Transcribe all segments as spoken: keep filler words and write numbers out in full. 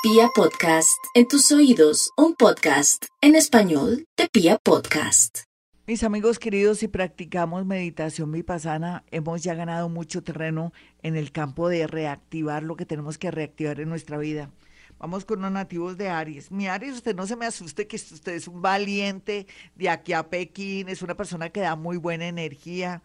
Pia Podcast, en tus oídos, un podcast en español de Pia Podcast. Mis amigos queridos, si practicamos meditación vipassana, hemos ya ganado mucho terreno en el campo de reactivar lo que tenemos que reactivar en nuestra vida. Vamos con los nativos de Aries. Mi Aries, usted no se me asuste que usted es un valiente de aquí a Pekín, es una persona que da muy buena energía.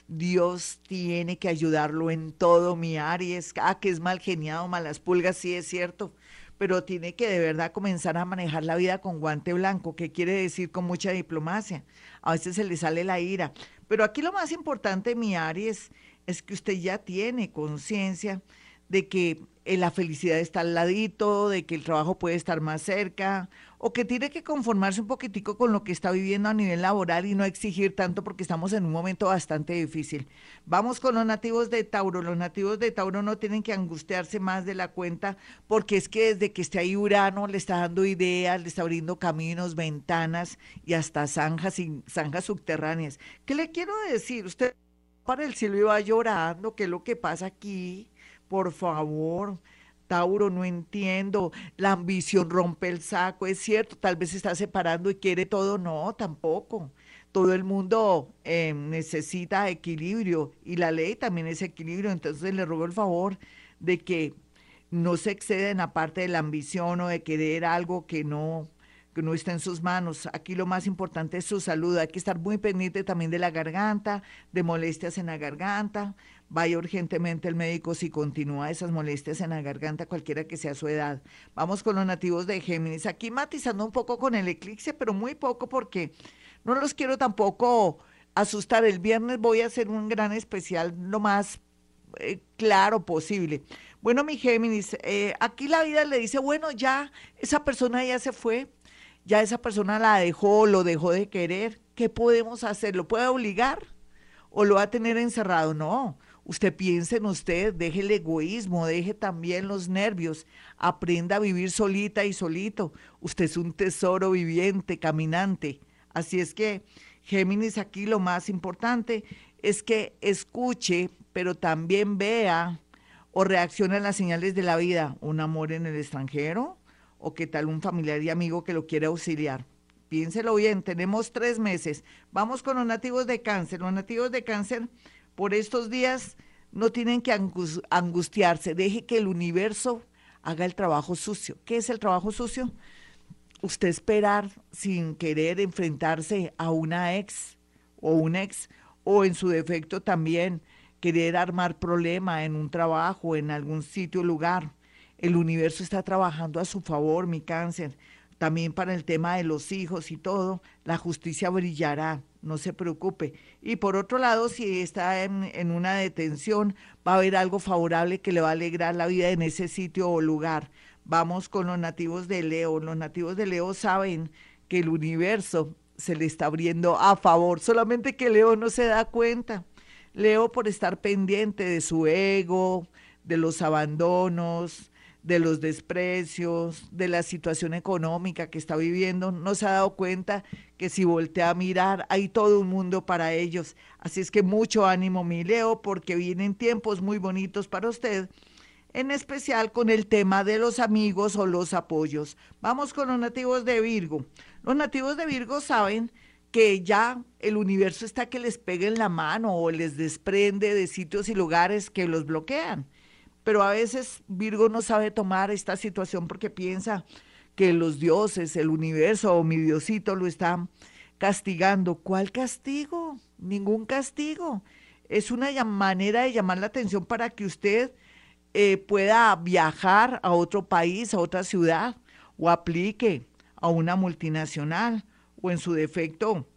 Dios tiene que ayudarlo en todo, mi Aries. Ah, que es mal geniado, malas pulgas, sí es cierto, pero tiene que de verdad comenzar a manejar la vida con guante blanco, que quiere decir con mucha diplomacia. A veces se le sale la ira, pero aquí lo más importante, mi Aries, es que usted ya tiene conciencia de que eh, la felicidad está al ladito, de que el trabajo puede estar más cerca, o que tiene que conformarse un poquitico con lo que está viviendo a nivel laboral y no exigir tanto porque estamos en un momento bastante difícil. Vamos con los nativos de Tauro. Los nativos de Tauro no tienen que angustiarse más de la cuenta porque es que desde que esté ahí Urano le está dando ideas, le está abriendo caminos, ventanas y hasta zanjas y zanjas subterráneas. ¿Qué le quiero decir? Usted para el cielo y va llorando, ¿qué es lo que pasa aquí? Por favor, Tauro, no entiendo. La ambición rompe el saco, es cierto, tal vez se está separando y quiere todo, no, tampoco. Todo el mundo eh, necesita equilibrio y la ley también es equilibrio, entonces le ruego el favor de que no se exceda en la parte de la ambición o de querer algo que no, que no está en sus manos. Aquí lo más importante es su salud, hay que estar muy pendiente también de la garganta, de molestias en la garganta. Vaya urgentemente al médico si continúa esas molestias en la garganta, cualquiera que sea su edad. Vamos con los nativos de Géminis, aquí matizando un poco con el eclipse, pero muy poco porque no los quiero tampoco asustar. El viernes voy a hacer un gran especial lo más eh, claro posible. Bueno, mi Géminis, eh, aquí la vida le dice, bueno, ya esa persona ya se fue, ya esa persona la dejó, lo dejó de querer. ¿Qué podemos hacer? ¿Lo puede obligar o lo va a tener encerrado? No. Usted piense en usted, deje el egoísmo, deje también los nervios, aprenda a vivir solita y solito. Usted es un tesoro viviente, caminante. Así es que, Géminis, aquí lo más importante es que escuche, pero también vea o reaccione a las señales de la vida. Un amor en el extranjero o qué tal un familiar y amigo que lo quiere auxiliar. Piénselo bien, tenemos tres meses. Vamos con los nativos de Cáncer. Los nativos de Cáncer por estos días no tienen que angustiarse, deje que el universo haga el trabajo sucio. ¿Qué es el trabajo sucio? Usted esperar sin querer enfrentarse a una ex o un ex, o en su defecto también querer armar problema en un trabajo, en algún sitio o lugar. El universo está trabajando a su favor, mi Cáncer. También para el tema de los hijos y todo, la justicia brillará, no se preocupe. Y por otro lado, si está en, en una detención, va a haber algo favorable que le va a alegrar la vida en ese sitio o lugar. Vamos con los nativos de Leo. Los nativos de Leo saben que el universo se le está abriendo a favor, solamente que Leo no se da cuenta. Leo, por estar pendiente de su ego, de los abandonos, de los desprecios, de la situación económica que está viviendo, no se ha dado cuenta que si voltea a mirar, hay todo un mundo para ellos. Así es que mucho ánimo, mi Leo, porque vienen tiempos muy bonitos para usted, en especial con el tema de los amigos o los apoyos. Vamos con los nativos de Virgo. Los nativos de Virgo saben que ya el universo está que les pegue en la mano o les desprende de sitios y lugares que los bloquean. Pero a veces Virgo no sabe tomar esta situación porque piensa que los dioses, el universo o mi Diosito lo están castigando. ¿Cuál castigo? Ningún castigo. Es una manera de llamar la atención para que usted eh, pueda viajar a otro país, a otra ciudad, o aplique a una multinacional, o en su defecto,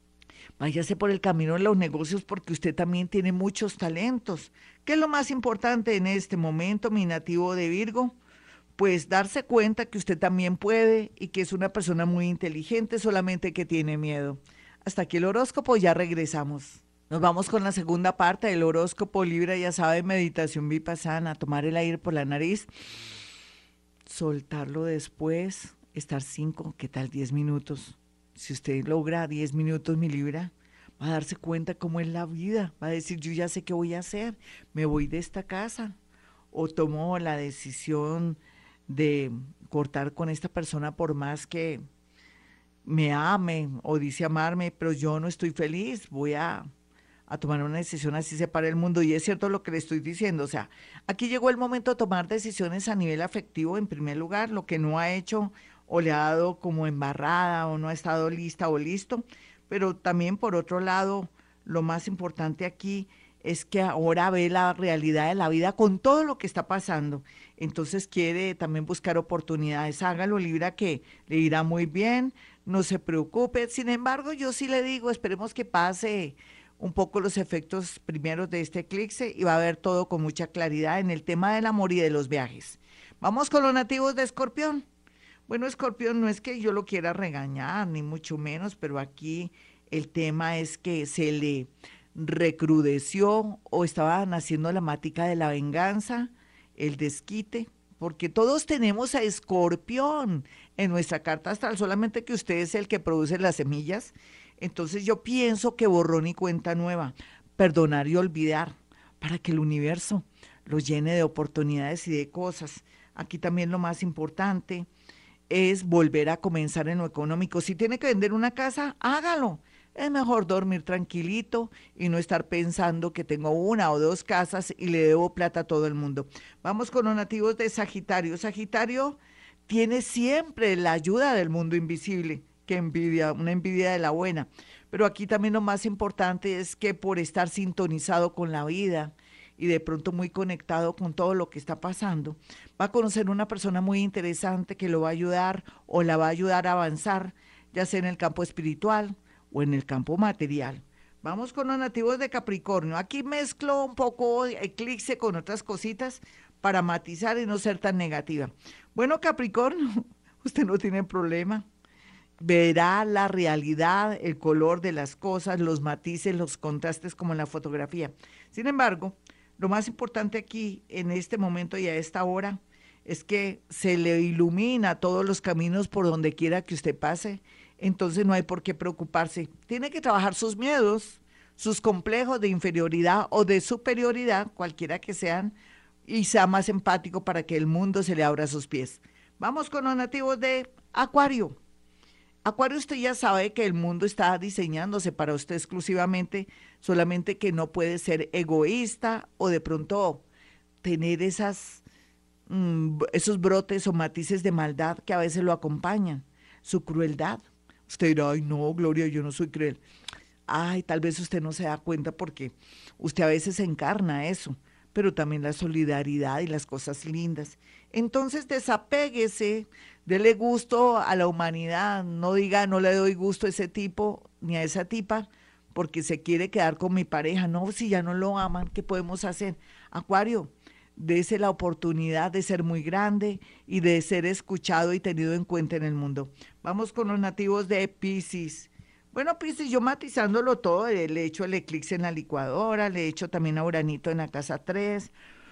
váyase por el camino de los negocios porque usted también tiene muchos talentos. ¿Qué es lo más importante en este momento, mi nativo de Virgo? Pues darse cuenta que usted también puede y que es una persona muy inteligente, solamente que tiene miedo. Hasta aquí el horóscopo, ya regresamos. Nos vamos con la segunda parte del horóscopo Libra, ya sabe, meditación vipassana, tomar el aire por la nariz, soltarlo después, estar cinco, ¿qué tal diez minutos? Si usted logra diez minutos, mi Libra, va a darse cuenta cómo es la vida, va a decir, yo ya sé qué voy a hacer, me voy de esta casa, o tomo la decisión de cortar con esta persona por más que me ame o dice amarme, pero yo no estoy feliz, voy a, a tomar una decisión, así se para el mundo. Y es cierto lo que le estoy diciendo, o sea, aquí llegó el momento de tomar decisiones a nivel afectivo en primer lugar, lo que no ha hecho o le ha dado como embarrada o no ha estado lista o listo, pero también por otro lado, lo más importante aquí es que ahora ve la realidad de la vida con todo lo que está pasando. Entonces quiere también buscar oportunidades. Hágalo, Libra, que le irá muy bien, no se preocupe. Sin embargo, yo sí le digo, esperemos que pase un poco los efectos primeros de este eclipse y va a ver todo con mucha claridad en el tema del amor y de los viajes. Vamos con los nativos de Escorpión. Bueno, Escorpión, no es que yo lo quiera regañar, ni mucho menos, pero aquí el tema es que se le recrudeció o estaba naciendo la mática de la venganza, el desquite, porque todos tenemos a Escorpión en nuestra carta astral, solamente que usted es el que produce las semillas. Entonces yo pienso que borrón y cuenta nueva, perdonar y olvidar, para que el universo lo llene de oportunidades y de cosas. Aquí también lo más importante es volver a comenzar en lo económico. Si tiene que vender una casa, hágalo. Es mejor dormir tranquilito y no estar pensando que tengo una o dos casas y le debo plata a todo el mundo. Vamos con los nativos de Sagitario. Sagitario tiene siempre la ayuda del mundo invisible. Qué envidia, una envidia de la buena. Pero aquí también lo más importante es que por estar sintonizado con la vida y de pronto muy conectado con todo lo que está pasando, va a conocer una persona muy interesante que lo va a ayudar o la va a ayudar a avanzar, ya sea en el campo espiritual o en el campo material. Vamos con los nativos de Capricornio. Aquí mezclo un poco eclipse con otras cositas para matizar y no ser tan negativa. Bueno, Capricornio, usted no tiene problema. Verá la realidad, el color de las cosas, los matices, los contrastes como en la fotografía. Sin embargo, lo más importante aquí, en este momento y a esta hora, es que se le ilumina todos los caminos por donde quiera que usted pase. Entonces no hay por qué preocuparse. Tiene que trabajar sus miedos, sus complejos de inferioridad o de superioridad, cualquiera que sean, y sea más empático para que el mundo se le abra a sus pies. Vamos con los nativos de Acuario. Acuario, usted ya sabe que el mundo está diseñándose para usted exclusivamente, solamente que no puede ser egoísta o de pronto tener esas, mm, esos brotes o matices de maldad que a veces lo acompañan, su crueldad. Usted dirá, ay no, Gloria, yo no soy cruel. Ay, tal vez usted no se da cuenta porque usted a veces encarna eso, pero también la solidaridad y las cosas lindas. Entonces desapéguese, dele gusto a la humanidad, no diga no le doy gusto a ese tipo ni a esa tipa porque se quiere quedar con mi pareja. No, si ya no lo aman, ¿qué podemos hacer? Acuario, dese la oportunidad de ser muy grande y de ser escuchado y tenido en cuenta en el mundo. Vamos con los nativos de Piscis. Bueno, Piscis, yo matizándolo todo, le he hecho el eclipse en la licuadora, le he hecho también a Uranito en la casa tres,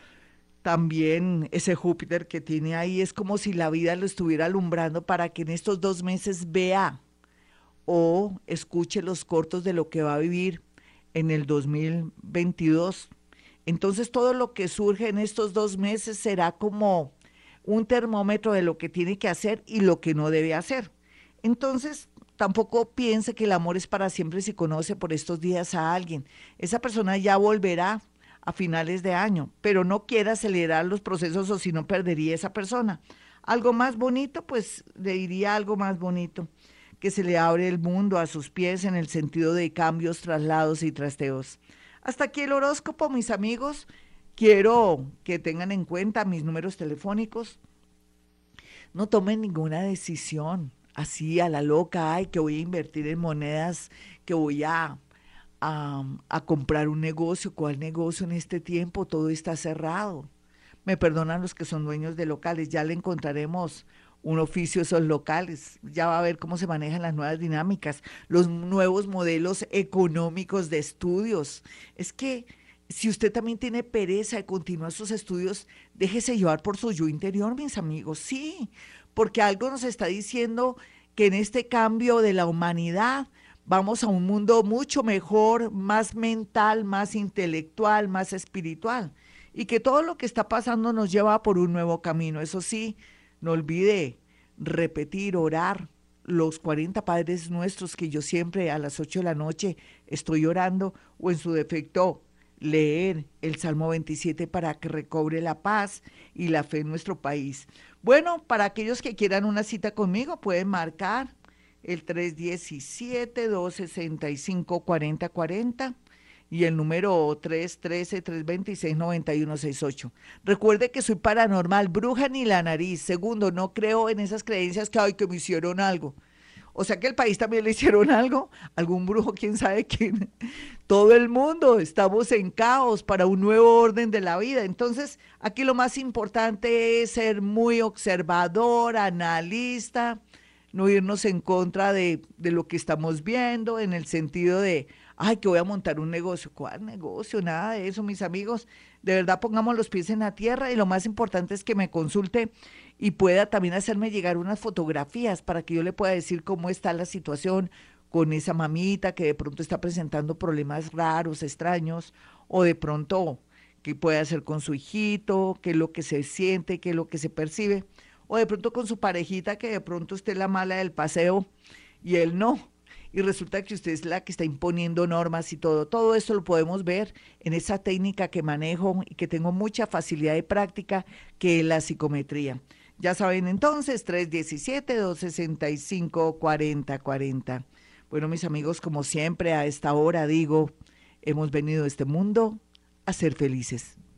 también ese Júpiter que tiene ahí, es como si la vida lo estuviera alumbrando para que en estos dos meses vea o escuche los cortos de lo que va a vivir en el dos mil veintidós. Entonces todo lo que surge en estos dos meses será como un termómetro de lo que tiene que hacer y lo que no debe hacer. Entonces tampoco piense que el amor es para siempre si conoce por estos días a alguien. Esa persona ya volverá a finales de año, pero no quiera acelerar los procesos o si no perdería esa persona. Algo más bonito, pues le diría algo más bonito, que se le abre el mundo a sus pies en el sentido de cambios, traslados y trasteos. Hasta aquí el horóscopo, mis amigos. Quiero que tengan en cuenta mis números telefónicos. No tomen ninguna decisión así a la loca, ay, que voy a invertir en monedas, que voy a, a, a comprar un negocio. ¿Cuál negocio en este tiempo? Todo está cerrado. Me perdonan los que son dueños de locales, ya le encontraremos un oficio a esos locales, ya va a ver cómo se manejan las nuevas dinámicas, los nuevos modelos económicos de estudios. Es que si usted también tiene pereza de continuar sus estudios, déjese llevar por su yo interior, mis amigos, sí, porque algo nos está diciendo que en este cambio de la humanidad vamos a un mundo mucho mejor, más mental, más intelectual, más espiritual, y que todo lo que está pasando nos lleva por un nuevo camino. Eso sí, No olvide repetir, orar los cuarenta Padres Nuestros que yo siempre a las ocho de la noche estoy orando, o en su defecto leer el Salmo veintisiete para que recobre la paz y la fe en nuestro país. Bueno, para aquellos que quieran una cita conmigo, pueden marcar el tres uno siete, dos seis cinco, cuatro cero cuatro cero y el número tres uno tres, tres dos seis, nueve uno seis ocho. Recuerde que soy paranormal, bruja ni la nariz. Segundo, no creo en esas creencias que, ay, que me hicieron algo. O sea que al país también le hicieron algo, algún brujo, quién sabe quién. Todo el mundo estamos en caos para un nuevo orden de la vida. Entonces, aquí lo más importante es ser muy observador, analista, no irnos en contra de, de lo que estamos viendo, en el sentido de, ay, que voy a montar un negocio. ¿Cuál negocio? Nada de eso, mis amigos. De verdad, pongamos los pies en la tierra y lo más importante es que me consulte y pueda también hacerme llegar unas fotografías para que yo le pueda decir cómo está la situación con esa mamita que de pronto está presentando problemas raros, extraños, o de pronto qué puede hacer con su hijito, qué es lo que se siente, qué es lo que se percibe, o de pronto con su parejita que de pronto usted es la mala del paseo y él no. Y resulta que usted es la que está imponiendo normas y todo. Todo eso lo podemos ver en esa técnica que manejo y que tengo mucha facilidad y práctica, que es la psicometría. Ya saben entonces, tres uno siete, dos seis cinco, cuatro cero cuatro cero. Bueno, mis amigos, como siempre a esta hora digo, hemos venido a este mundo a ser felices.